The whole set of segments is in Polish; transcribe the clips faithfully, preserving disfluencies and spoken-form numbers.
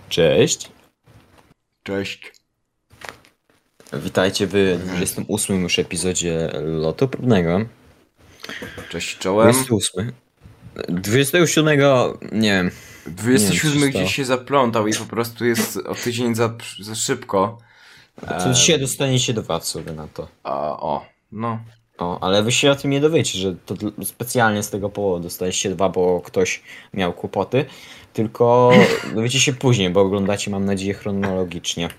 Cześć. Cześć. Witajcie w dwudziestym ósmym już epizodzie lotu próbnego. Cześć czołem. dwudziesty ósmy. dwudziestego siódmego nie wiem. dwudziesty siódmy nie wiem, gdzieś się zaplątał i po prostu jest o tydzień za, za szybko. Co dzisiaj dostaniecie do wad sobie na to. A o, no. O, ale wy się o tym nie dowiecie, że to specjalnie z tego powodu dostaliście dwa, bo ktoś miał kłopoty. Tylko dowiecie się później, bo oglądacie, mam nadzieję, chronologicznie.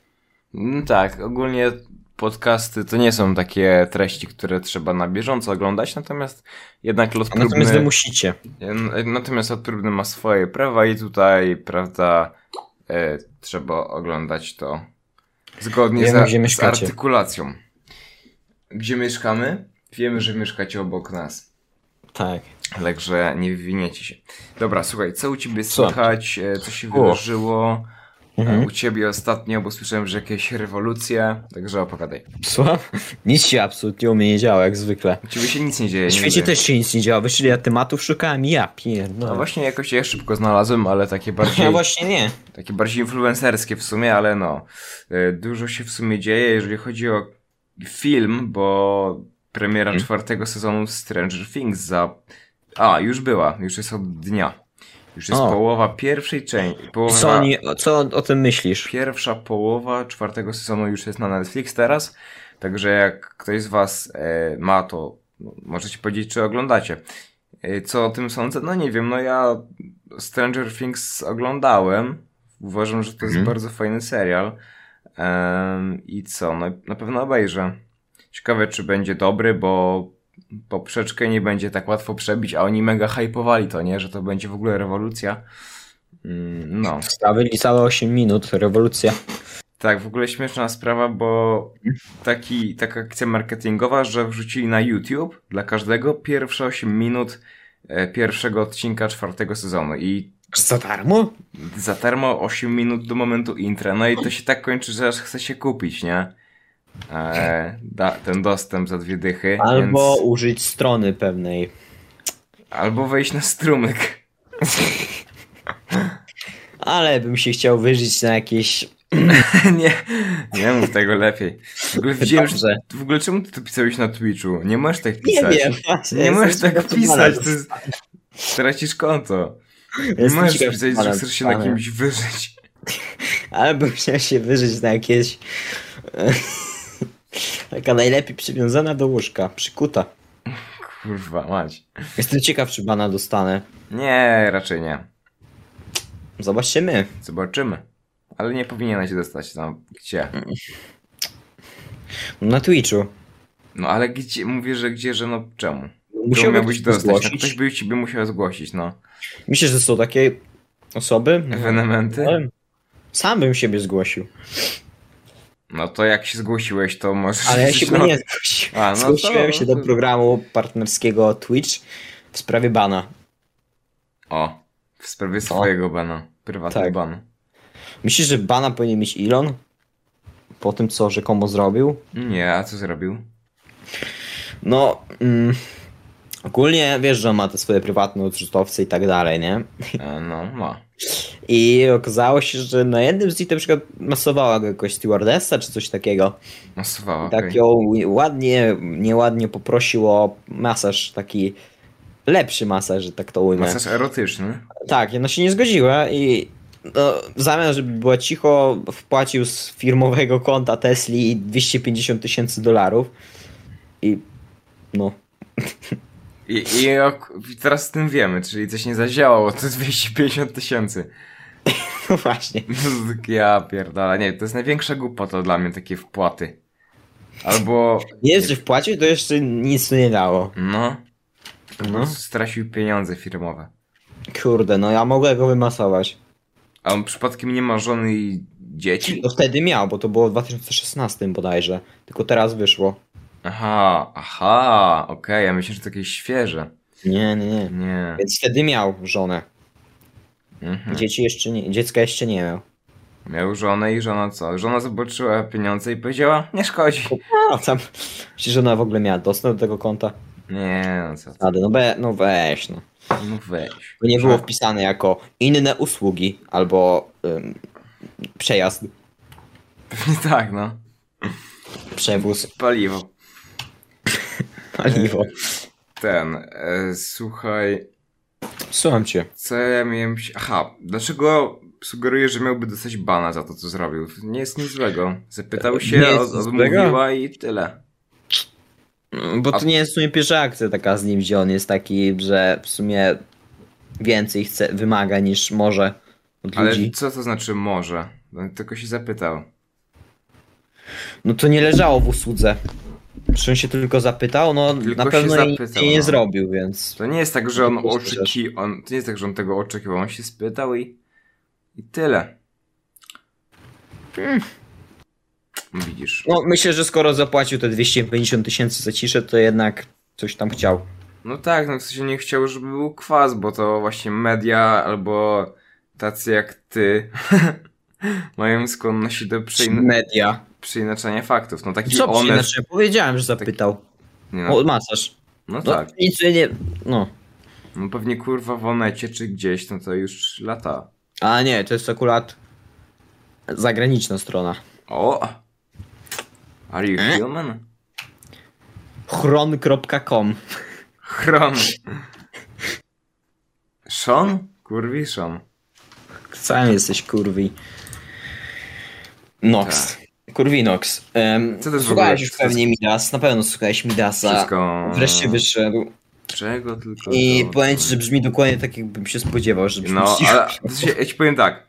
no tak, ogólnie podcasty to nie są takie treści, które trzeba na bieżąco oglądać, natomiast jednak lot próbny... Natomiast wy musicie. Natomiast lot próbny ma swoje prawa i tutaj, prawda, e, trzeba oglądać to zgodnie Wiemy, z, gdzie z artykulacją. Gdzie mieszkamy? Wiemy, że mieszkacie obok nas. Tak. Także nie wywiniecie się. Dobra, słuchaj, co u ciebie Co? słychać? e, Co się O. wydarzyło? Mhm. E, U ciebie ostatnio, bo słyszałem, że jakieś rewolucje. Także opowiadaj. Słucham? Nic się absolutnie u mnie nie działa, jak zwykle. U ciebie się nic nie dzieje. W nie świecie wiem. też się nic nie działa, wyszli ja tematów szukałem i ja No pierdolę. właśnie jakoś je szybko znalazłem, ale takie bardziej, Ja właśnie nie. takie bardziej influencerskie w sumie, ale no. e, Dużo się w sumie dzieje, jeżeli chodzi o film, bo premiera Hmm? czwartego sezonu Stranger Things za... A, już była, już jest od dnia. Już jest O. połowa pierwszej części. Połowa... Co, oni, co o tym myślisz? Pierwsza połowa czwartego sezonu już jest na Netflix teraz, także jak ktoś z was e, ma to, no, możecie powiedzieć, czy oglądacie. E, co o tym sądzę? No nie wiem, no ja Stranger Things oglądałem, uważam, że to jest Mhm. bardzo fajny serial. Em, I co? No na pewno obejrzę. Ciekawe, czy będzie dobry, bo poprzeczkę nie będzie tak łatwo przebić, a oni mega hypowali to, nie? Że to będzie w ogóle rewolucja. Mm, No. Wstawili całe osiem minut, rewolucja. Tak, w ogóle śmieszna sprawa, bo taki, taka akcja marketingowa, że wrzucili na YouTube dla każdego pierwsze osiem minut e, pierwszego odcinka czwartego sezonu i Za darmo? za darmo osiem minut do momentu intra. No i to się tak kończy, że aż chce się kupić, nie? E, da, ten dostęp za dwie dychy. Albo Więc... użyć strony pewnej. Albo wejść na strumyk. Ale bym się chciał wyżyć na jakieś... nie, nie mów tego lepiej. W ogóle widziałem, że... Dobrze. W ogóle czemu ty to pisałeś na Twitchu? Nie możesz tak Nie pisać. wiem. właśnie, Nie jestem możesz tak ciekaw, co pisać, pana to jest... Tracisz konto. Nie Jestem możesz ciekaw, co pisać, że pana chcesz się na dostanę. kimś wyżyć. Albo chciał się wyżyć na jakieś... Taka najlepiej przywiązana do łóżka, przykuta. Kurwa, mać. Jestem ciekaw, czy bana dostanę. Nie, raczej nie. Zobaczymy. Zobaczymy. Ale nie powinieneś dostać, no. Gdzie? Na Twitchu. No ale gdzie? Mówię, że gdzie, że no czemu? Czemu Musiałbym miałbyś ktoś dostać? No, zgłosić. ktoś by ciebie musiał zgłosić, no. Myślę, że są takie osoby. Ewenementy? Ale sam bym siebie zgłosił. No to jak się zgłosiłeś, to możesz... Ale ja się no, go nie zgłosiłem. A, no Zgłosiłem to- się do programu partnerskiego Twitch w sprawie bana. O, w sprawie swojego bana. Prywatny Tak. ban. Myślisz, że bana powinien mieć Elon? Po tym, co rzekomo zrobił? Nie, a co zrobił? No, mm, ogólnie wiesz, że on ma te swoje prywatne odrzutowce i tak dalej, nie? E, no, ma. I okazało się, że na jednym z nich na przykład masowała go jakoś stewardessa czy coś takiego. Masowała, Tak okej. ją ładnie, nieładnie poprosił o masaż, taki lepszy masaż, że tak to ujmę. Masaż erotyczny. Tak, i ona się nie zgodziła i no, w zamian, żeby była cicho, wpłacił z firmowego konta Tesli dwieście pięćdziesiąt tysięcy dolarów. I no, I, i, ok- i teraz z tym wiemy, czyli coś nie zadziałało, to dwieście pięćdziesiąt tysięcy. no właśnie. Ja pierdolę, nie, to jest największa głupota dla mnie, takie wpłaty. Albo, Jest, że wpłacił, to jeszcze nic tu nie dało. no, po No. prostu stracił pieniądze firmowe. Kurde, no ja mogę go wymasować. A on przypadkiem nie ma żony i dzieci? No wtedy miał, bo to było w dwa tysiące szesnastym bodajże. Tylko teraz wyszło. Aha, aha, okej, ja myślę, że to jakieś świeże. Nie, nie, nie. Nie. Więc wtedy miał żonę. Mhm. Dzieci jeszcze nie, dziecka jeszcze nie miał. Miał żonę i żona co? Żona zobaczyła pieniądze i powiedziała, nie szkodzi. A tam, myślisz, że ona w ogóle miała dostęp do tego konta? Nie, no co ty. Rady, no, be, no weź, no. No weź. Bo nie było wpisane jako inne usługi, albo ym, przejazd, Pewnie tak, no. przewóz, Paliwo. paliwo. Ten, e, słuchaj, Słucham cię. co ja miałem... się- Aha, dlaczego sugeruję, że miałby dostać bana za to, co zrobił? Nie jest nic złego. Zapytał się, Nie jest od, nic odmówiła złego? i tyle. Bo A- to nie jest w sumie pierwsza akcja taka z nim, gdzie on jest taki, że w sumie więcej chce, wymaga niż może od Ale ludzi. co to znaczy może? No, tylko się zapytał. No to nie leżało w usłudze. Czy on się tylko zapytał? No Tylko na się pewno nic zapytał, nie no. zrobił, więc... To nie jest tak, że on Po prostu oczeki... On, to nie jest tak, że on tego oczekiwał. On się spytał i... I tyle. Hmm. Widzisz. No myślę, że skoro zapłacił te dwieście pięćdziesiąt tysięcy za ciszę, to jednak coś tam chciał. No tak, no w sensie nie chciał, żeby był kwas, bo to właśnie media albo tacy jak ty mają skłonność do przein Media. przeinaczania faktów. No taki Co one... inaczej? Powiedziałem, że zapytał. Nie, no, O, masaż. no No tak. nic nie... No. No pewnie kurwa w Onecie czy gdzieś, no to już lata. A nie, to jest akurat zagraniczna strona. O! Are you E? human? chron kropka com. Chron. Sean? Kurwi Sean. Sam jesteś kurwi. Nox. Kurwinox. Um, Co to jest w słuchałeś ogóle? już Co to jest- pewnie Midas, na pewno słuchałeś Midasa. Wszystko... Wreszcie wyszedł. Czego tylko... I to- powiem ci, że brzmi dokładnie tak, jakbym się spodziewał, że brzmi. No, ale to się, ja ci powiem tak.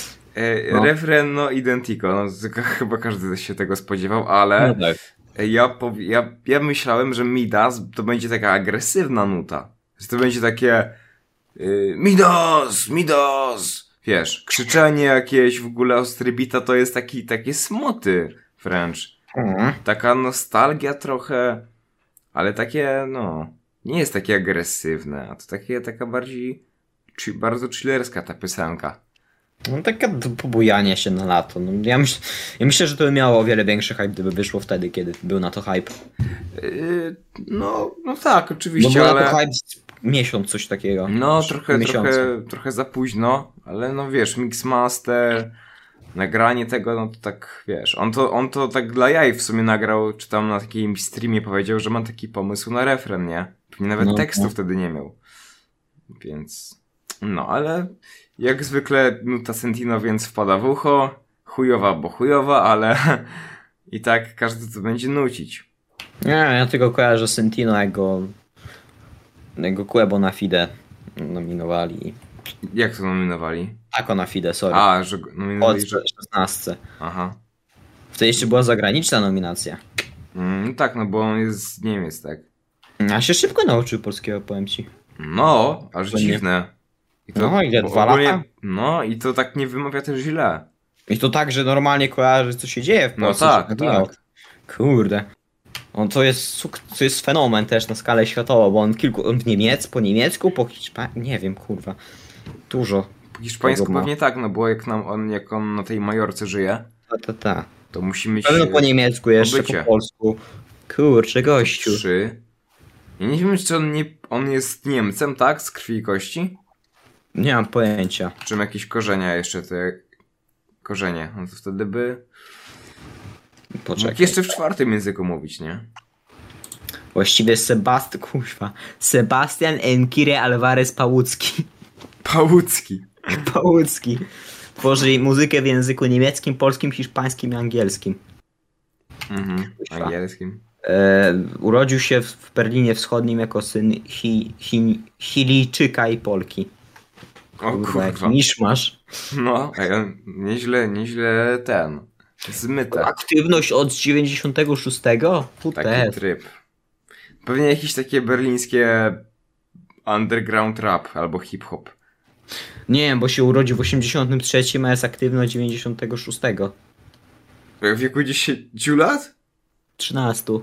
E, No. Refren, no identico, no tylko chyba każdy się tego spodziewał, ale No tak. ja, pow- ja, ja myślałem, że Midas to będzie taka agresywna nuta. Że to będzie takie y, Midas, Midas, wiesz, krzyczenie jakieś w ogóle ostrybita to jest taki, takie smoty wręcz. Mhm. Taka nostalgia trochę, ale takie, no, nie jest takie agresywne, a to takie, taka bardziej, chi- bardzo chillerska ta piosenka. No taka do pobujania się na lato. No, ja, myśl, ja myślę, że to by miało o wiele większy hype, gdyby wyszło wtedy, kiedy był na to hype. Yy, no, no tak, Bo oczywiście, był na ale... to hype z miesiąc, coś takiego. No, Trzy trochę, miesiące. trochę, trochę za późno, ale no wiesz, Mixmaster, nagranie tego, no to tak, wiesz, on to, on to tak dla jaj w sumie nagrał, czy tam na takim streamie powiedział, że ma taki pomysł na refren, nie? Pewnie nawet No, tekstu no. wtedy nie miał. Więc, no, ale jak zwykle nuta Sentino więc wpada w ucho, chujowa, bo chujowa, ale i tak każdy to będzie nucić. Nie, ja tylko kojarzę Sentino, jak go, jak go Quebo na Fide nominowali. Jak to nominowali? Tako na Fide, sorry. A, że go Od nominowali, że... szesnastce. Aha. Wtedy jeszcze była zagraniczna nominacja. Mm, tak, no bo on jest z Niemiec, tak. A się szybko nauczył polskiego, powiem ci. No, aż Bo nie- dziwne. I No, ile, bo dwa ogólnie- lata? No, i to tak nie wymawia też źle. I to tak, że normalnie kojarzy, co się dzieje w No Polsce. tak, że tak. Kurde. On to jest, suk- to jest fenomen też na skalę światową, bo on kilku, on w Niemiec, po niemiecku, po hiszpańsku, nie wiem, kurwa. Dużo. Po hiszpańsku Tego ma. pewnie tak, no bo jak, nam, on, jak on na tej Majorce żyje, Ta, ta, ta. to musi mieć Pewno po niemiecku jeszcze, Pobycie. po polsku. Kurczę, gościu. trzy. Ja nie wiem, czy on, nie, on jest Niemcem, tak? Z krwi i kości? Nie mam pojęcia. Czy ma jakieś korzenia jeszcze, te korzenie? No to wtedy by Poczekaj. mógł jeszcze w czwartym języku mówić, nie? Właściwie Sebast... Kuźwa. Sebastian Enkire Alvarez Pałucki. Pałucki. Pałucki. Tworzy muzykę w języku niemieckim, polskim, hiszpańskim i angielskim. Mhm, Kuźwa. angielskim. E, urodził się w, w Berlinie Wschodnim jako syn Hi, Hi, Chilijczyka i Polki. O Kurwa, jaki kurwa. miszmasz. No, a ja nieźle, nieźle ten. Zmyte. Aktywność od dziewięćdziesiątego szóstego? Taki Puter. tryb. Pewnie jakieś takie berlińskie underground rap albo hip-hop. Nie, bo się urodził w osiemdziesiątym trzecim, a jest aktywny od dziewięćdziesiątego szóstego. W wieku dziesięciu lat? trzynaście.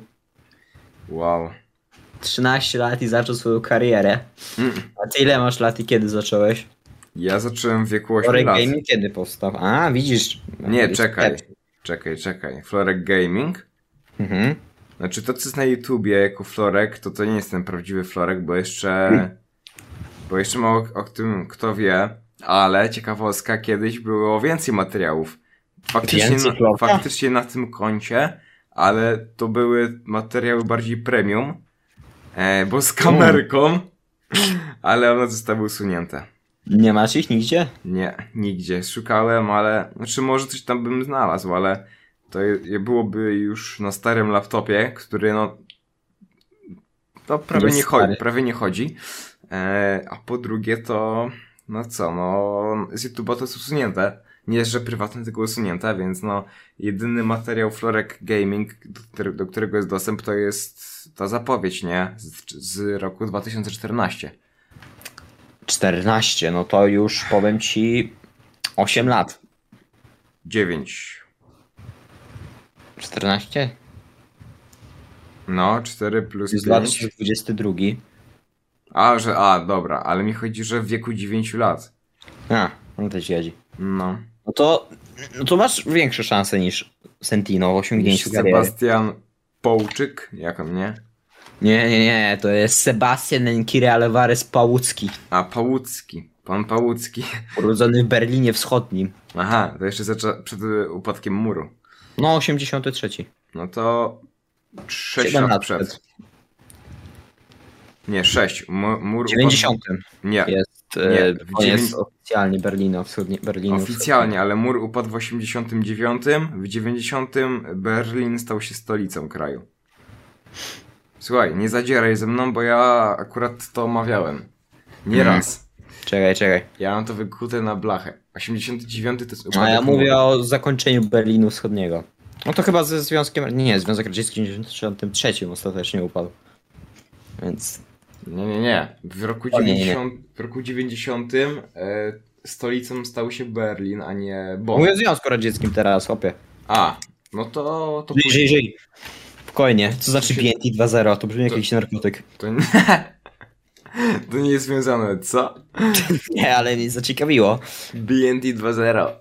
Wow. trzynaście lat i zaczął swoją karierę. Mm. A ty ile masz lat i kiedy zacząłeś? Ja zacząłem w wieku ośmiu Florek lat. Gaming kiedy powstał? A, widzisz. Nie, Jest czekaj. lepszy. Czekaj, czekaj. Florek Gaming? Mhm. Znaczy to, co jest na YouTubie jako Florek, to to nie jest ten prawdziwy Florek, bo jeszcze... Bo jeszcze mało o tym kto wie, Ale ciekawostka, kiedyś było więcej materiałów. Faktycznie, Więcej na, florka? faktycznie na tym koncie, ale to były materiały bardziej premium, e, bo z kamerką, ale one zostały usunięte. Nie masz ich nigdzie? Nie, nigdzie. Szukałem, ale... Znaczy może coś tam bym znalazł, ale to je, byłoby już na starym laptopie, który no... To prawie Jest nie chodzi, stary. prawie nie chodzi. E, a po drugie to... No co, no... Z YouTube'a to jest usunięte. Nie jest, że prywatne, tylko usunięte, więc no... Jedyny materiał Florek Gaming, do, który, do którego jest dostęp, to jest ta zapowiedź, nie? Z, z roku dwa tysiące czternastego. czternaście, no to już powiem ci osiem lat. dziewięć. czternaście? No, cztery plus Jest pięć. dwa tysiące dwudziesty drugi. A, że, a, dobra, ale mi chodzi, że w wieku dziewięciu lat. A, no to ci chodzi. No. No to, no to masz większe szanse niż Sentino w osiągnięciu kariery. Sebastian Połczyk, jak on, nie? Nie, nie, nie, to jest Sebastian Enkire Alvarez Pałucki. A, Pałucki. Pan Pałucki. Urodzony w Berlinie Wschodnim. Aha, to jeszcze zaczę- przed y, upadkiem muru. No, osiemdziesiąty trzeci. No to... sześć siedem lat lat przed. przed. Nie, sześć. Mu- Mur W dziewięćdziesiątym upadł... Nie, jest Nie, e, w koniec dziewię- oficjalnie Berlina Wschodnie. Berlinu oficjalnie, ale mur upadł w osiemdziesiątym dziewiątym. W dziewięćdziesiątym Berlin stał się stolicą kraju. Słuchaj, nie zadzieraj ze mną, bo ja akurat to omawiałem. Nie Mhm. raz. Czekaj, czekaj. Ja mam to wykute na blachę. osiemdziesiąty dziewiąty to jest A upadek ja muru. mówię o zakończeniu Berlinu Wschodniego. No to chyba ze Związkiem... Nie, nie, Związek Radziecki w dziewięćdziesiątym trzecim ostatecznie upadł. Więc... Nie, nie, nie. W roku, O, nie, nie, nie. dziewięćdziesiątym, w roku dziewięćdziesiątym e, stolicą stał się Berlin, a nie Bonn. Mówię o Związku Radzieckim teraz, chłopie. A, no to... to Żyj, żyj, później. żyj. Spokojnie. Co znaczy się- B N T dwa zero? To brzmi jak To- jakiś narkotyk. To nie... to nie jest związane, co? Nie, ale mnie zaciekawiło. B N T dwa zero.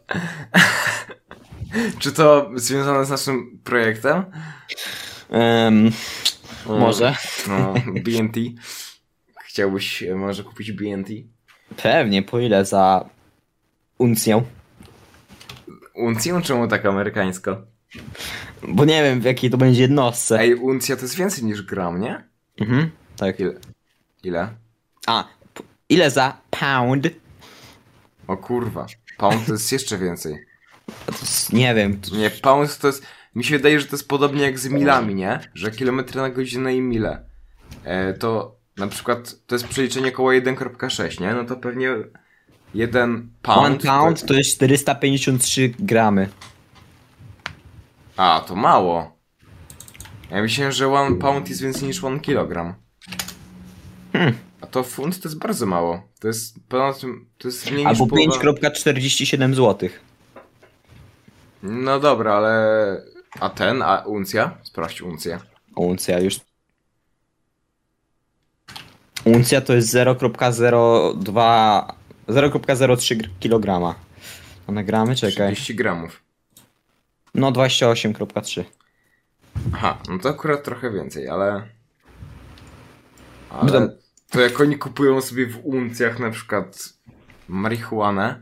Czy to związane z naszym projektem? Um, Mm, może. No, B N T. Chciałbyś e, może kupić B N T? Pewnie, po ile za uncję? Uncję? Czemu tak amerykańsko? Bo nie wiem w jakiej to będzie jednostce. Ej, uncja to jest więcej niż gram, nie? Mhm, tak. Ile? Ile? A, p- ile za pound? O kurwa. Pound to jest jeszcze więcej. To jest, nie wiem. Nie, pound to jest... Mi się wydaje, że to jest podobnie jak z milami, nie? Że kilometry na godzinę i mile. E, to na przykład to jest przeliczenie około jeden przecinek sześć, nie? No to pewnie jeden pound... One pound to jest czterysta pięćdziesiąt trzy gramy. A, to mało. Ja myślałem, że one pound jest więcej niż one kilogram. Hmm. A to funt to jest bardzo mało. To jest ponad tym... To jest mniej niż Albo połowa... pięć przecinek czterdzieści siedem złotych. No dobra, ale... A ten? A uncja? Sprawdź uncję. Uncja już. Uncja to jest zero przecinek zero dwa zero przecinek zero trzy kilograma. A na gramy? Czekaj. trzydzieści gramów. No dwadzieścia osiem przecinek trzy. Aha, no to akurat trochę więcej, ale... Tam- Ale to jak oni kupują sobie w uncjach na przykład marihuanę,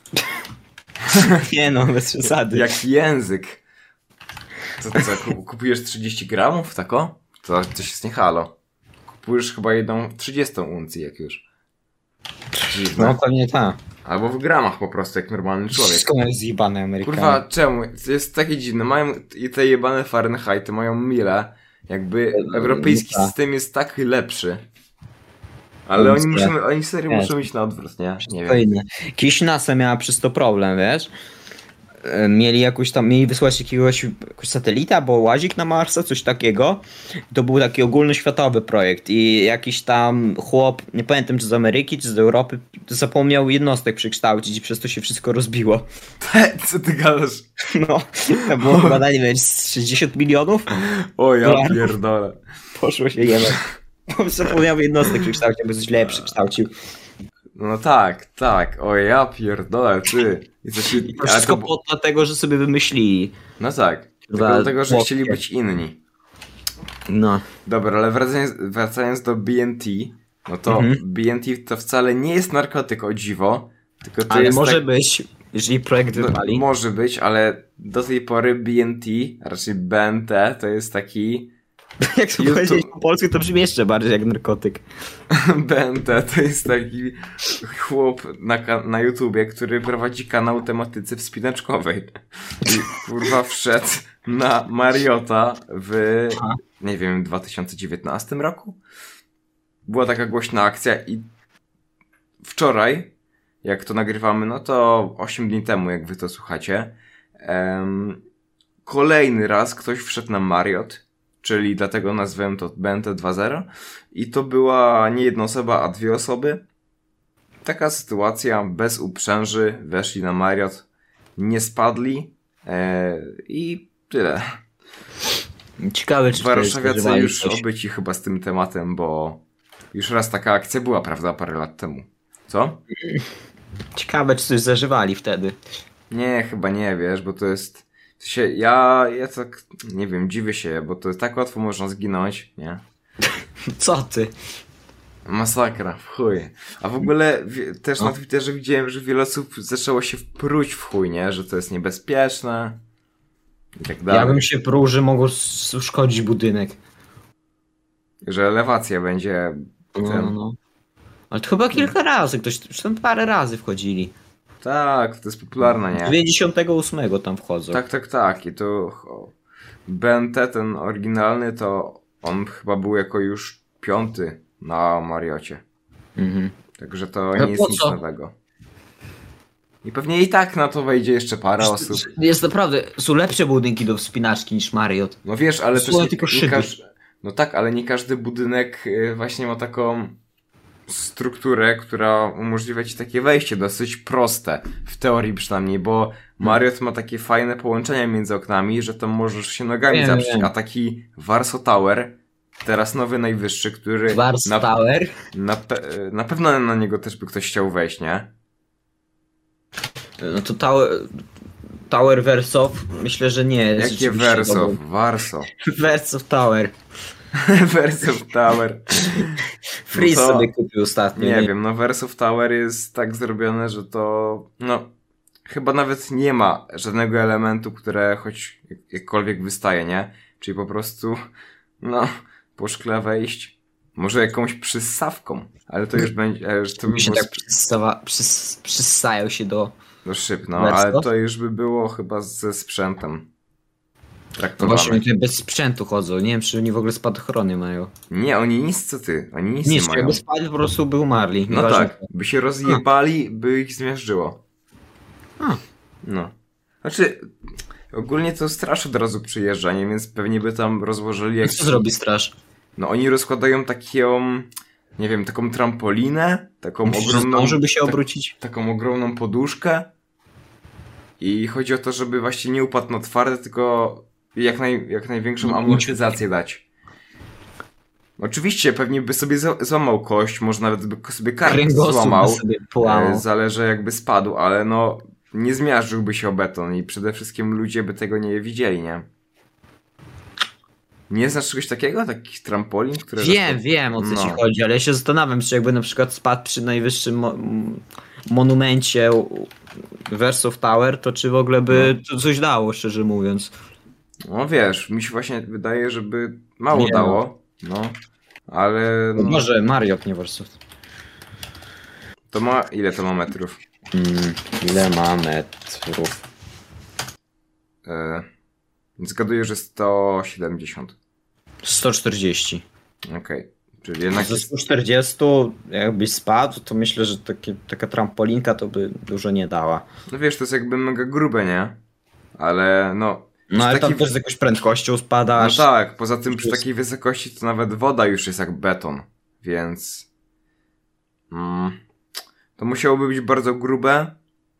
Nie no, bez przesady. jak język, to co, ku- kupujesz trzydzieści gramów, tako? To coś jest nie halo. Kupujesz chyba jedną trzydziestą uncję jak już. Dziwne. No pewnie ta. Albo w gramach po prostu, jak normalny człowiek. Wszystko mają zjebane Amerykanie. Kurwa, czemu? To jest takie dziwne. Mają i te jebane Fahrenheity, mają mile. Jakby europejski Mila. system jest tak lepszy. Ale oni Uncja. muszą, oni serio Jest. muszą iść na odwrót, nie? Nie To wiem. inne. Kiedyś NASA miała przez to problem, wiesz? E, Mieli jakoś tam, mieli wysłać jakiegoś, jakiegoś satelita, bo łazik na Marsa, coś takiego. To był taki ogólnoświatowy projekt i jakiś tam chłop, nie pamiętam czy z Ameryki, czy z Europy, zapomniał jednostek przekształcić i przez to się wszystko rozbiło. Co ty gadasz? No, to było chyba, nie wiem, z sześćdziesiąt milionów, O ja Dolarów. pierdolę. poszło się jebać. Bo zapomniał jednostek przekształcić, bo coś źle przekształcił. No tak, tak. O ja pierdolę, ty. I co się... I to ale wszystko to... po dlatego, że sobie wymyślili. No tak. Tylko Za dlatego, że chłopie. chcieli być inni. No. Dobra, ale wracając, wracając do B N T, no to Mhm. B N T to wcale nie jest narkotyk, o dziwo, Tylko to Ale jest może tak... być, jeżeli projekt No, wypali. może być, ale do tej pory B N T, a raczej B N T, to jest taki... Jak to YouTube- powiedzieć po polsku, to brzmi jeszcze bardziej jak narkotyk. B N T to jest taki chłop na, ka- na YouTubie, który prowadzi kanał o tematyce wspinaczkowej. I kurwa wszedł na Mariota w, Aha. nie wiem, dwa tysiące dziewiętnastym roku? Była taka głośna akcja i wczoraj, jak to nagrywamy, no to osiem dni temu, jak wy to słuchacie, em, kolejny raz ktoś wszedł na Mariot, czyli dlatego nazwałem to B N T dwa zero i to była nie jedna osoba, a dwie osoby. Taka sytuacja, bez uprzęży, weszli na Mariot, nie spadli e, i tyle. Ciekawe, czy Warszawiacy spodziewali już coś. obyci chyba z tym tematem, bo już raz taka akcja była, prawda, parę lat temu. Co? Ciekawe, czy coś zażywali wtedy. Nie, chyba nie, wiesz, bo to jest... w sensie, ja, ja tak, nie wiem, dziwię się, bo to tak łatwo można zginąć, nie? Co ty? Masakra, w chuj. A w ogóle wie, też No. na Twitterze widziałem, że wiele osób zaczęło się wpróć w chuj, nie? Że to jest niebezpieczne i tak dalej. Ja bym się pruł, że mogło s- uszkodzić budynek. Że elewacja będzie... No, ten- no, no. Ale to chyba kilka razy, ktoś, już tam parę razy wchodzili. Tak, to jest popularne, nie? dziewięćdziesiątego ósmego tam wchodzą. Tak, tak, tak. I to o, B N T, ten oryginalny, to on chyba był jako już piąty na Mariocie. Mhm. Także to Ale nie po jest nic co? nowego. I pewnie i tak na to wejdzie jeszcze parę Jest- osób. Jest naprawdę, są lepsze budynki do wspinaczki niż Mariot. No wiesz, ale Są też nie, tylko nie szyby. każ... No tak, ale nie każdy budynek y, właśnie ma taką strukturę, która umożliwia ci takie wejście dosyć proste, w teorii przynajmniej, bo Marriott ma takie fajne połączenia między oknami, że tam możesz się nogami Wiem, zaprzeć, wiem. a taki Warsaw Tower, teraz nowy najwyższy, który Wars na, Tower. na, pe- na pewno na niego też by ktoś chciał wejść, nie? No to Tower, Tower Wersow, myślę, że nie. jest Jakie rzeczywiście Wersow? dobrym. Warsaw. Wersow Tower. Wersow Tower. Freeze No to- sobie kupił ostatnio. Nie wiem, no Wersow Tower jest tak zrobione, że to, no, chyba nawet nie ma żadnego elementu, które choć jak- jakkolwiek wystaje, nie? Czyli po prostu, no, po szkle wejść, może jakąś przyssawką, ale to już będzie, ale już to by Mi się było tak przyssawa, przys, przyssają się do... do szyb, no, Wersow? ale to już by było chyba ze sprzętem No traktowane. właśnie, oni tutaj bez sprzętu chodzą. Nie wiem, czy oni w ogóle spadochrony mają. Nie, oni nic, co ty, oni nic Nie, nie, czy mają. jakby spadli, po prostu by umarli. No Nieważne tak, co. by się rozjebali, by ich zmiażdżyło. A. No. Znaczy, ogólnie to straż od razu przyjeżdża, nie? Więc pewnie by tam rozłożyli jak... Co zrobi straż? No oni rozkładają taką, nie wiem, taką trampolinę, taką Myślisz, że ogromną... zdążyłby się tak- obrócić? taką ogromną poduszkę. I chodzi o to, żeby właśnie nie upadł na twarde, tylko jak, naj, jak największą No, amortyzację dać. Oczywiście, pewnie by sobie za- złamał kość, może nawet by sobie kark Kręgosłup złamał. by sobie połamał. E, Zależy jakby spadł, ale no nie zmiażdżyłby się o beton i przede wszystkim ludzie by tego nie widzieli, nie? Nie znasz czegoś takiego? Takich trampolin, które... Wiem, wiem o co No. ci chodzi, ale ja się zastanawiam, czy jakby na przykład spadł przy najwyższym mo m- monumencie u- Wersow Tower, to czy w ogóle by to coś dało, szczerze mówiąc. No wiesz, mi się właśnie wydaje, żeby mało Nie, dało, no. Ale no, Może Mariot, nie Wersow. to ma... Ile to ma metrów? Mm, ile ma metrów? E, zgaduję, że sto siedemdziesiąt. sto czterdzieści. Okej. Czyli jednak Ze jest... sto czterdzieści jakbyś spadł, to myślę, że takie, taka trampolinka to by dużo nie dała. No wiesz, to jest jakby mega grube, nie? Ale no... No ale taki- tam też z jakąś prędkością No spadasz. tak, poza tym przy jest- takiej wysokości to nawet woda już jest jak beton, więc... Mm, to musiałoby być bardzo grube.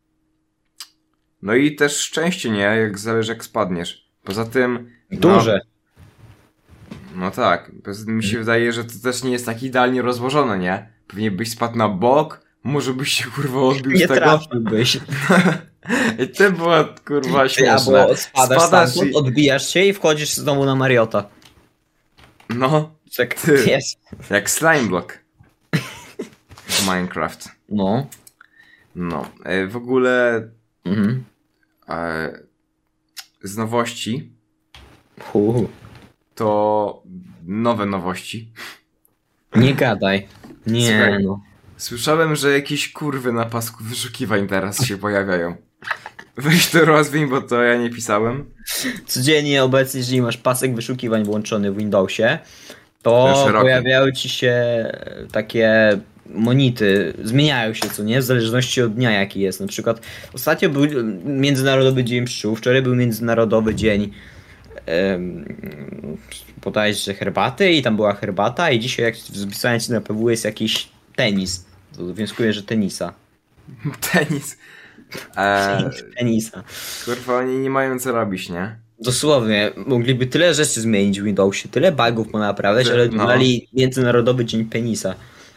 No i też szczęście, nie? Jak zależy jak spadniesz. Poza tym... Duże. No, no tak, poza tym mi się wydaje, że to też nie jest tak idealnie rozłożone, nie? Pewnie byś spadł na bok, może byś się kurwa odbił Nie z tego. trafiłbyś. I to była kurwa śmieszne. Albo spadasz, Spadasz stamtąd, i- odbijasz się i wchodzisz znowu na Mariota. No, Tak Ty. jest. jak slime block. W Minecraft. No. No, e, w ogóle Mhm. e, z nowości Hu. to nowe nowości. Nie gadaj. Nie Słuchaj, no. słyszałem, że jakieś kurwy na pasku wyszukiwań teraz się pojawiają. Weź to rozwiń, bo to ja nie pisałem. Codziennie obecnie, jeżeli masz pasek wyszukiwań włączony w Windowsie, Ten to szeroki. pojawiają ci się takie monity, zmieniają się, co nie? W zależności od dnia, jaki jest. Na przykład ostatnio był Międzynarodowy Dzień Pszczół, wczoraj był Międzynarodowy Dzień em, bodajże herbaty i tam była herbata i dzisiaj jak wpisałem ci na P W jest jakiś tenis. To wnioskuję, że tenisa. Tenis. E, Tenisa. kurwa, oni nie mają co robić, nie? Dosłownie, mogliby tyle rzeczy zmienić w Windowsie, tyle bugów ponaprawiać, Ty- ale no. dodali Międzynarodowy Dzień Penisa.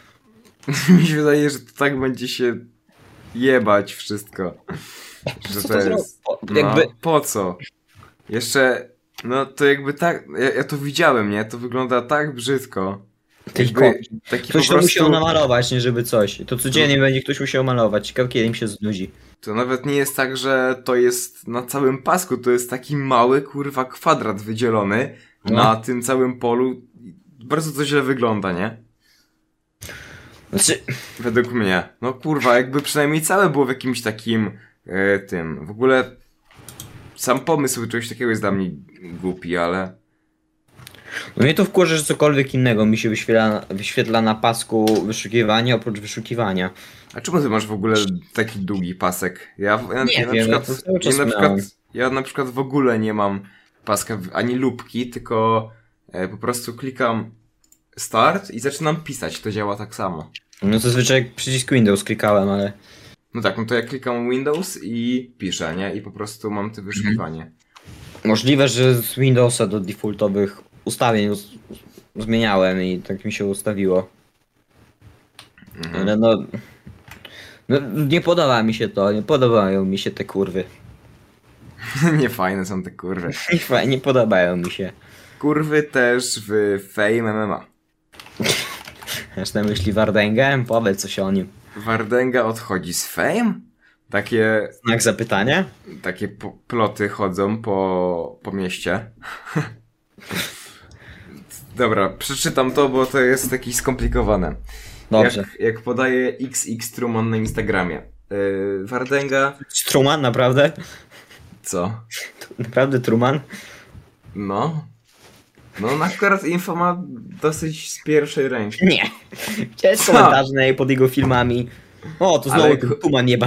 Mi się wydaje, że to tak będzie się jebać wszystko. Że Co to to jest... zrobić? No, Jakby... po co? Jeszcze, no to jakby tak, ja, ja to widziałem, nie? To wygląda tak brzydko. Tylko Jakby taki ktoś po to prostu... musiał namalować, nie żeby coś. To codziennie będzie ktoś musiał malować. Ciekawe kiedy im się znudzi. To nawet nie jest tak, że to jest na całym pasku, to jest taki mały, kurwa, kwadrat wydzielony No. na tym całym polu. Bardzo to źle wygląda, nie? Znaczy, Według mnie. No kurwa, jakby przynajmniej całe było w jakimś takim e, tym. W ogóle sam pomysł czegoś takiego jest dla mnie głupi, ale... no mnie to wkurzy, że cokolwiek innego mi się wyświetla, wyświetla na pasku wyszukiwania oprócz wyszukiwania. A czemu ty masz w ogóle taki długi pasek? Ja, ja, Nie ja na wiem, przykład, ja to cały czas ja na miałem. przykład, ja na przykład w ogóle nie mam paska w- ani lubki, tylko e, po prostu klikam start i zaczynam pisać. To działa tak samo. No zazwyczaj jak przycisk Windows klikałem, ale... No tak, no to ja klikam Windows i piszę, nie? I po prostu mam te wyszukiwanie. Możliwe, że z Windowsa do defaultowych ustawień us- zmieniałem i tak mi się ustawiło. Mhm. Ale no, no... Nie podoba mi się to, nie podobają mi się te kurwy. Nie fajne są te kurwy. Nie, fa- nie podobają mi się. Kurwy też w Fame M M A. Masz na myśli Wardęgę? Powiedz coś o nim. Wardęga odchodzi z Fame? Takie, Znak zapytania? takie po, ploty chodzą po, po mieście. Dobra, przeczytam to, bo to jest jakieś skomplikowane. Dobrze. Jak, jak podaje X X Truman na Instagramie. Yy, Wardęga... Truman, naprawdę? Co? Naprawdę Truman? No. No, na akurat info ma dosyć z pierwszej ręki. Nie. Chciałeś Co? komentarze na jej pod jego filmami. O, to znowu Ale- ten Truman jebany.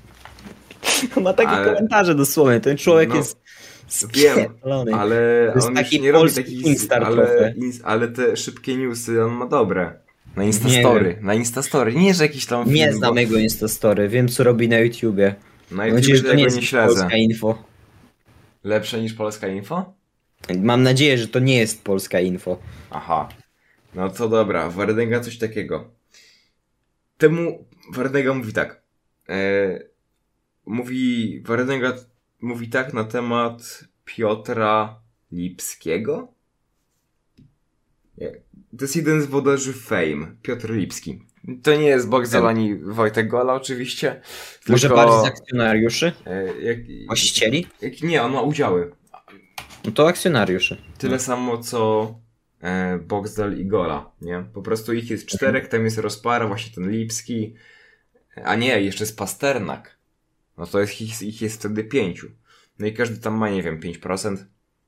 On ma takie Ale- komentarze dosłownie. Ten człowiek No, jest wiem, spierdolony. Ale To jest on już taki nie robi polski takich... Instar ale, trochę. ins, ale te szybkie newsy on ma dobre. Na Nie Instastory. Na Instastory. Nie, że jakiś tam Nie film, znam bo jego Instastory, wiem co robi na YouTubie. na Mam YouTube nadzieję, że to nie tego jest nie śledzę. polska info. Lepsze niż Polska Info? Mam nadzieję, że to nie jest polska info. Aha. No to dobra, Wardęga coś takiego. Temu Wardęga mówi tak. E, mówi, Wardęga mówi tak na temat Piotra Lipskiego? Nie. To jest jeden z wodarzy Fame, Piotr Lipski. To nie jest Bogdan ani Wojtek Gola oczywiście. Może tylko, bardziej z akcjonariuszy? e, jak, Właścicieli? jak, nie, on ma udziały. No to akcjonariuszy. Tyle samo co e, Boxdel i Gola, nie? Po prostu ich jest czterech, tam jest rozpara, właśnie ten Lipski, a nie, jeszcze jest Pasternak. No to jest, ich, ich jest wtedy pięciu. No i każdy tam ma, nie wiem, pięć procent.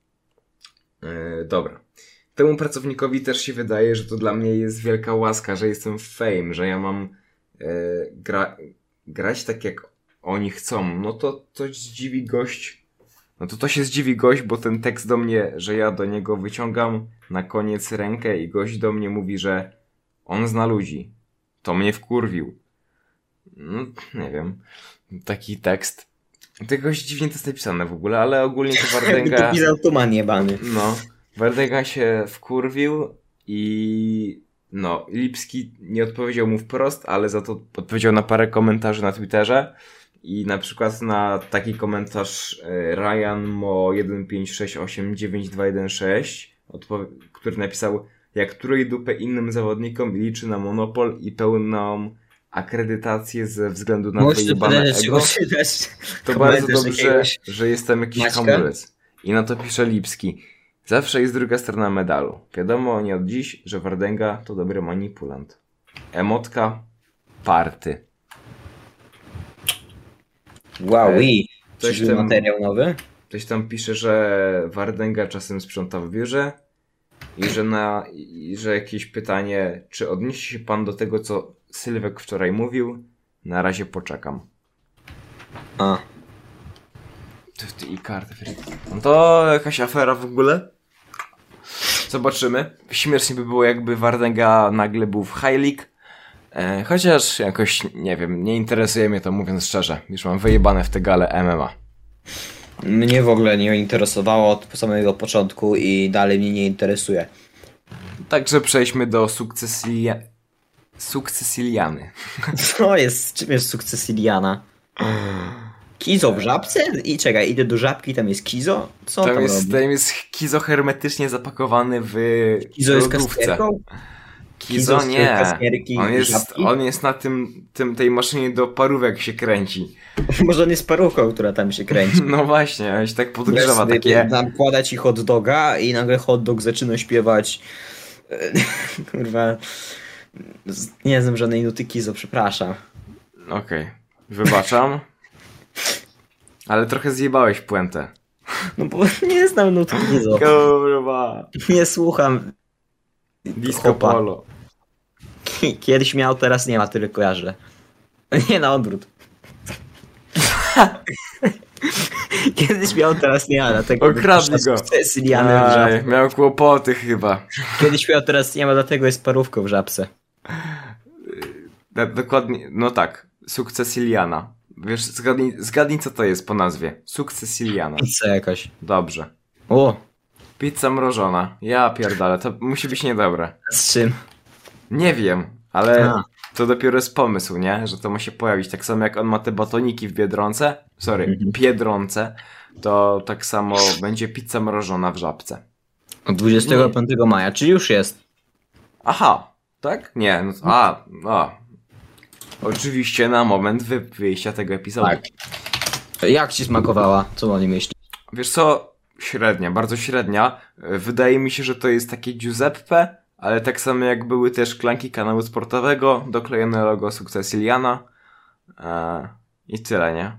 E, dobra. Temu pracownikowi też się wydaje, że to dla mnie jest wielka łaska, że jestem w Fame, że ja mam e, gra, grać tak jak oni chcą. No to to zdziwi gość. No to to się zdziwi gość, bo ten tekst do mnie, że ja do niego wyciągam na koniec rękę i gość do mnie mówi, że on zna ludzi. To mnie wkurwił. No, nie wiem. Taki tekst. Tego dziwnie to jest napisane w ogóle, ale ogólnie to Jakby Wardęga... to pisał Tuman jebany. No. Wardęga się wkurwił i... No, Lipski nie odpowiedział mu wprost, ale za to odpowiedział na parę komentarzy na Twitterze. I na przykład na taki komentarz e, Ryan Mo jeden pięć sześć osiem dziewięć dwa jeden sześć, odpo- który napisał: jak trój dupę innym zawodnikom i liczy na monopol i pełną akredytację ze względu na Możesz wyjebane powiedzieć, ego, czytać to bardzo komentarz dobrze, jakiegoś że jestem jakiś Maćka? hamulec. I na to pisze Lipski. Zawsze jest druga strona medalu. Wiadomo nie od dziś, że Wardęga to dobry manipulant. Emotka party. Wow, E, i coś przyszły tam- materiał nowy? Ktoś tam pisze, że Wardęga czasem sprząta w biurze i że, na, i że jakieś pytanie, czy odniesie się pan do tego, co Sylwek wczoraj mówił? Na razie poczekam. A, Ty, ty i karty. No to jakaś afera w ogóle? Zobaczymy. Śmiesznie by było, jakby Wardęga nagle był w High League. E, chociaż jakoś, nie wiem, nie interesuje mnie to, mówiąc szczerze. Już mam wyjebane w te gale M M A. mnie w ogóle nie interesowało od samego początku i dalej mnie nie interesuje. Także przejdźmy do sukcesylia... sukcesyliany. Co jest, czym jest sukces Iliana? Kizo w żabce? I czekaj, idę do żabki, tam jest Kizo? Co tam, Tam jest, robi? tam jest Kizo hermetycznie zapakowany w Kizo jest lodówce. kasjerką? Kizo z nie. kasjerki On jest, żabki? on jest na tym, tym, tej maszynie do parówek się kręci. Może on jest parówką, która tam się kręci. No właśnie, on się tak podgrzewa, Wiesz, takie... Nakłada ci hot doga i nagle hot dog zaczyna śpiewać. Kurwa. z- Nie znam żadnej nuty Kizo, przepraszam. Okej, wybaczam. Ale trochę zjebałeś puentę. No bo nie znam nut Kizo. Kurwa. Nie słucham. Disco Hopa. polo. Kiedyś miał, teraz nie ma, tyle kojarzę. Nie, na odwrót. Kiedyś miał, teraz nie ma, dlatego... Okradli go. Syliany w Aj, żabce. miał kłopoty chyba. Kiedyś miał, teraz nie ma, dlatego jest parówką w żabce. Da- Dokładnie, no tak. Sukcesiliana. Wiesz, zgadnij, zgadnij co to jest po nazwie. Sukcesiliana. Pizza jakaś. Dobrze. O, Pizza mrożona. Ja pierdolę, to musi być niedobre. z czym? Nie wiem, ale A. to dopiero jest pomysł, nie? Że to ma się pojawić. Tak samo jak on ma te batoniki w Biedronce, sorry, Mhm. Biedronce, to tak samo będzie pizza mrożona w żabce. Od dwudziestego piątego maja, czyli już jest. Aha, tak? Nie, no to, a, a. Oczywiście na moment wy- wyjścia tego epizodu. Tak. Jak ci smakowała? Co oni myśli? Wiesz co? Średnia, bardzo średnia. Wydaje mi się, że to jest takie Giuseppe, ale tak samo jak były też szklanki kanału sportowego, doklejone logo Sukcesiliana. Eee, I tyle, nie?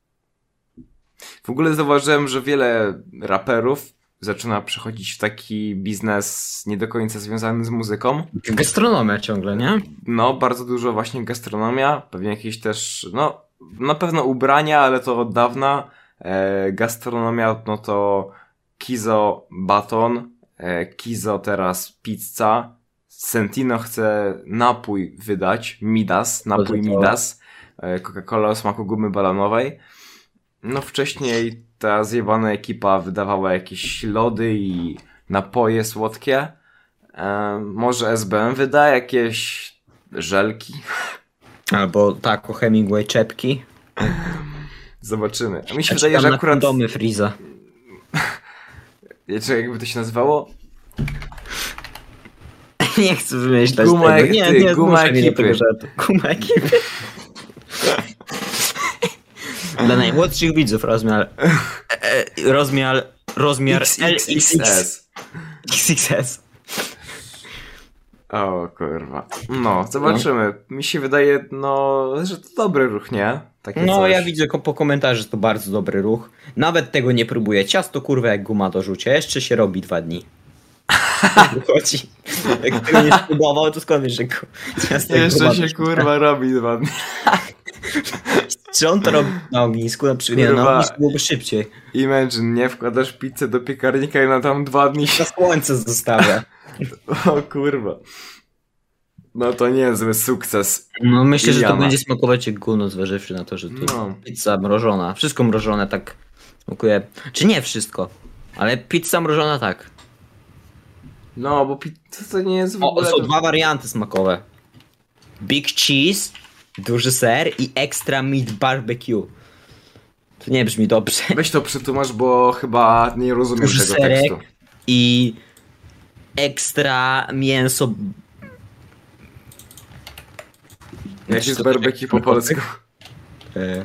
W ogóle zauważyłem, że wiele raperów zaczyna przechodzić w taki biznes nie do końca związany z muzyką. Gastronomia ciągle, nie? No, bardzo dużo właśnie gastronomia, pewnie jakieś też, no, na pewno ubrania, ale to od dawna. E, gastronomia, no to Kizo baton, e, Kizo teraz pizza, Sentino chce napój wydać, Midas, napój Coca-Cola. Midas, e, Coca-Cola o smaku gumy balonowej. No wcześniej ta zjebana ekipa wydawała jakieś lody i napoje słodkie. E, może S B M wyda jakieś żelki? Albo tak, o Hemingway czepki. Zobaczymy. A mi się Ja wydaje, czekam że na akurat... kondomy Freeza. Wiecie, jakby to się nazywało? Nie chcę wymyślać Guma tego. ek- Nie, ty, nie guma zmuszaj mnie do ekipy. tego żartu. Guma ekipy. Dla najmłodszych widzów rozmiar... E, e, rozmiar... Rozmiar L X X X X S. O kurwa. No, zobaczymy. Mi się wydaje, no, że to dobry ruch, nie? Takie No, coś. ja widzę ko- po komentarzach, że to bardzo dobry ruch. Nawet tego nie próbuję. Ciasto kurwa jak guma do rzucia. Jeszcze się robi dwa dni. Wychodzi. Jak tego nie spróbował, to skąd wiesz, że ku- ciasto jak Jeszcze guma się do rzucia? kurwa robi dwa dni. Czy on to robi na ognisku? Na przykład, nie, Kurwa. na ognisku byłoby szybciej. Imagine, nie? Wkładasz pizzę do piekarnika i na tam dwa dni się... Na słońce zostawia. O kurwa. No to niezły sukces. No myślę, że to Iliana. będzie smakować jak gówno, zważywszy na to, że tu No. pizza mrożona. Wszystko mrożone tak smakuje. Czy nie wszystko, ale pizza mrożona tak. No, bo pi- to, to nie jest w O, ogóle... są dwa warianty smakowe. Big cheese, duży ser i extra meat barbecue. To nie brzmi dobrze. Weź to przetłumacz, bo chyba nie rozumiem Duży tego serek tekstu. i ekstra mięso. Jak jest barbecue po polsku? E.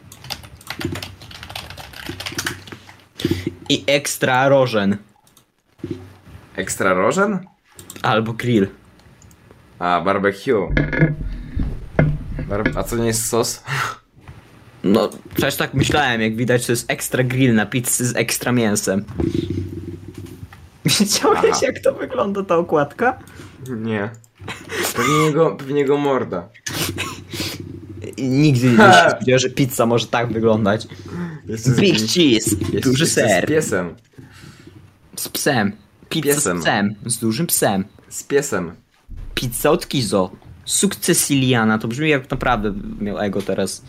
I ekstra rożen. Ekstra rożen? Albo grill. A, barbecue. Bar- A co nie jest sos? No, przecież tak myślałem, jak widać, to jest ekstra grill na pizzy z ekstra mięsem. Widziałeś, Aha. jak to wygląda ta okładka? Nie. Pewnie jego, pewnie jego morda. I nigdy nie się spodziewał, że pizza może tak wyglądać. Jest z, Big cheese, jest, duży jest ser. z piesem. Z psem. Pizza Piesem. z psem. Z dużym psem. Z piesem. Pizza od Kizo. Sukcesiliana. To brzmi jak naprawdę miał ego teraz.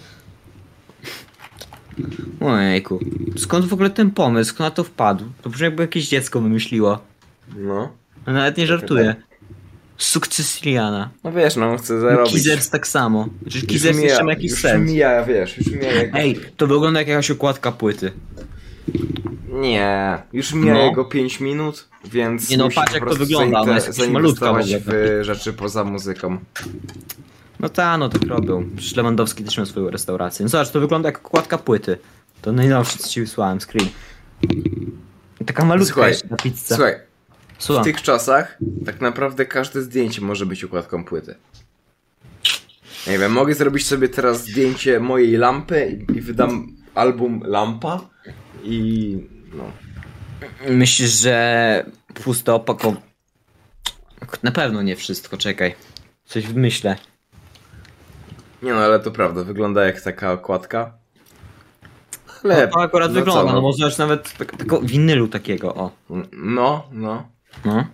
Ojejku. Skąd w ogóle ten pomysł? Kto na to wpadł? To brzmi jakby jakieś dziecko wymyśliło. No. No, nawet nie żartuję. Sukcesiliana. No wiesz, no chcę zarobić. Kizers tak samo. Przecież Już Kizers mija- jeszcze ma jakiś już sens. mija, wiesz, już mija jego... Ej, to wygląda jak jakaś okładka płyty. Nie, już mija No. jego pięć minut, więc Nie no, musisz patrz, po jak to prostu wygląda, ona jest zainte- jakaś malutka w zainwestować ogóle. w rzeczy poza muzyką. No ta, no tak robią. Przecież Lewandowski też miał swoją restaurację. No zobacz, to wygląda jak okładka płyty. To najnowsze, co ci wysłałem, screen. Taka malutka Słuchaj, jeszcze na pizzę. Słuchaj, w Słucham. tych czasach tak naprawdę każde zdjęcie może być układką płyty. Nie wiem, mogę zrobić sobie teraz zdjęcie mojej lampy i, i wydam album Lampa i no. Myślisz, że puste opakowanie... Na pewno nie wszystko, czekaj. Coś wymyślę. Nie no, ale to prawda, wygląda jak taka okładka. No, Ale to akurat no wygląda, co, no może zobacz nawet tak, tego winylu takiego, o. No, no. No.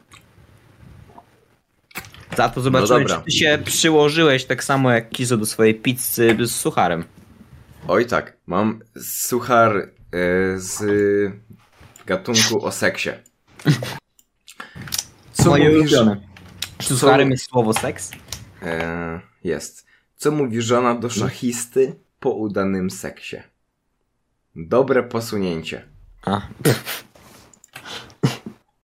Za to zobaczymy, dobra. czy ty się przyłożyłeś tak samo jak Kizo do swojej pizzy z sucharem. Oj tak, mam suchar y, z gatunku o seksie. Co Moje mówisz? ulubione. Czy z sucharem jest słowo seks? E, jest. Co mówi żona do szachisty po udanym seksie? Dobre posunięcie. A.